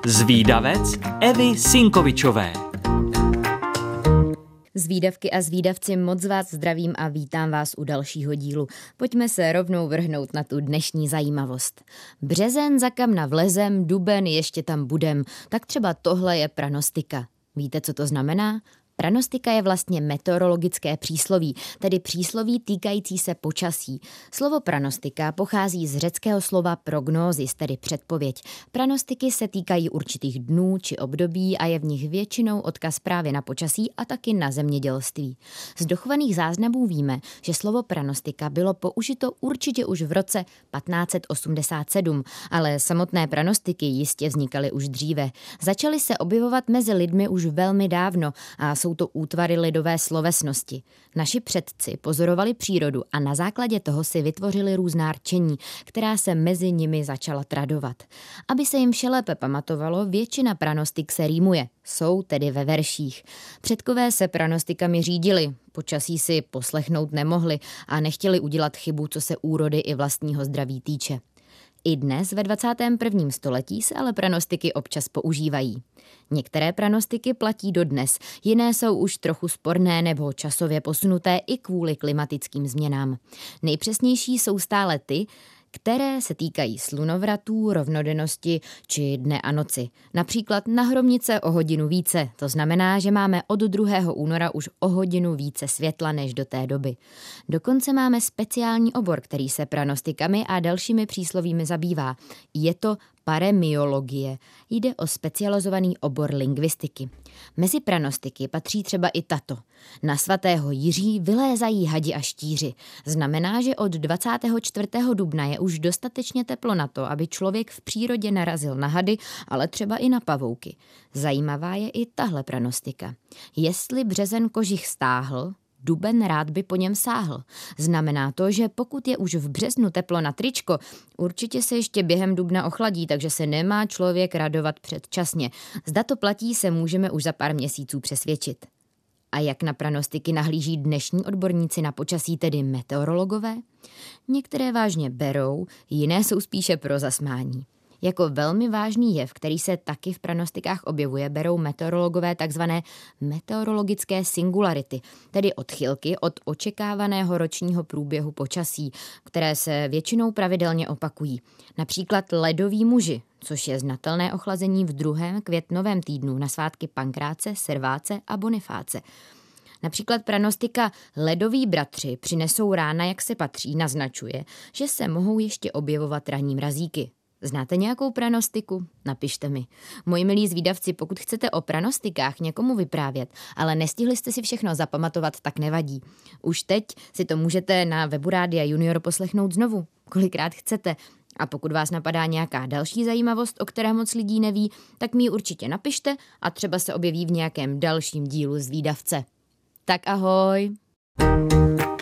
Zvídavec Evy Sinkovičové. Zvídavky a zvídavci, moc vás zdravím a vítám vás u dalšího dílu. Pojďme se rovnou vrhnout na tu dnešní zajímavost. Březen za kamna vlezem, duben ještě tam budem. Tak třeba tohle je pranostika. Víte, co to znamená? Pranostika je vlastně meteorologické přísloví, tedy přísloví týkající se počasí. Slovo pranostika pochází z řeckého slova prognózis, tedy předpověď. Pranostiky se týkají určitých dnů či období a je v nich většinou odkaz právě na počasí a taky na zemědělství. Z dochovaných záznamů víme, že slovo pranostika bylo použito určitě už v roce 1587, ale samotné pranostiky jistě vznikaly už dříve. Začaly se objevovat mezi lidmi už velmi dávno a jsou to útvary lidové slovesnosti. Naši předci pozorovali přírodu a na základě toho si vytvořili různá rčení, která se mezi nimi začala tradovat. Aby se jim vše lépe pamatovalo, většina pranostik se rýmuje, jsou tedy ve verších. Předkové se pranostikami řídili, počasí si poslechnout nemohli a nechtěli udělat chybu, co se úrody i vlastního zdraví týče. I dnes ve 21. století se ale pranostiky občas používají. Některé pranostiky platí dodnes, jiné jsou už trochu sporné nebo časově posunuté i kvůli klimatickým změnám. Nejpřesnější jsou stále ty, které se týkají slunovratů, rovnodennosti či dne a noci. Například na Hromnice o hodinu více, to znamená, že máme od 2. února už o hodinu více světla než do té doby. Dokonce máme speciální obor, který se pranostikami a dalšími příslovími zabývá. Je to paremiologie. Jde o specializovaný obor lingvistiky. Mezi pranostiky patří třeba i tato. Na svatého Jiří vylézají hadi a štíři. Znamená, že od 24. dubna je už dostatečně teplo na to, aby člověk v přírodě narazil na hady, ale třeba i na pavouky. Zajímavá je i tahle pranostika. Jestli březen kožich stáhl, duben rád by po něm sáhl. Znamená to, že pokud je už v březnu teplo na tričko, určitě se ještě během dubna ochladí, takže se nemá člověk radovat předčasně. Zda to platí, se můžeme už za pár měsíců přesvědčit. A jak na pranostiky nahlíží dnešní odborníci na počasí, tedy meteorologové? Některé vážně berou, jiné jsou spíše pro zasmání. Jako velmi vážný jev, který se taky v pranostikách objevuje, berou meteorologové takzvané meteorologické singularity, tedy odchylky od očekávaného ročního průběhu počasí, které se většinou pravidelně opakují. Například ledoví muži, což je znatelné ochlazení v 2. květnovém týdnu na svátky Pankráce, Serváce a Bonifáce. Například pranostika ledoví bratři přinesou rána, jak se patří, naznačuje, že se mohou ještě objevovat ranní mrazíky. Znáte nějakou pranostiku? Napište mi. Moji milí zvídavci, pokud chcete o pranostikách někomu vyprávět, ale nestihli jste si všechno zapamatovat, tak nevadí. Už teď si to můžete na webu Rádia Junior poslechnout znovu, kolikrát chcete. A pokud vás napadá nějaká další zajímavost, o které moc lidí neví, tak mi ji určitě napište a třeba se objeví v nějakém dalším dílu Zvídavce. Tak ahoj!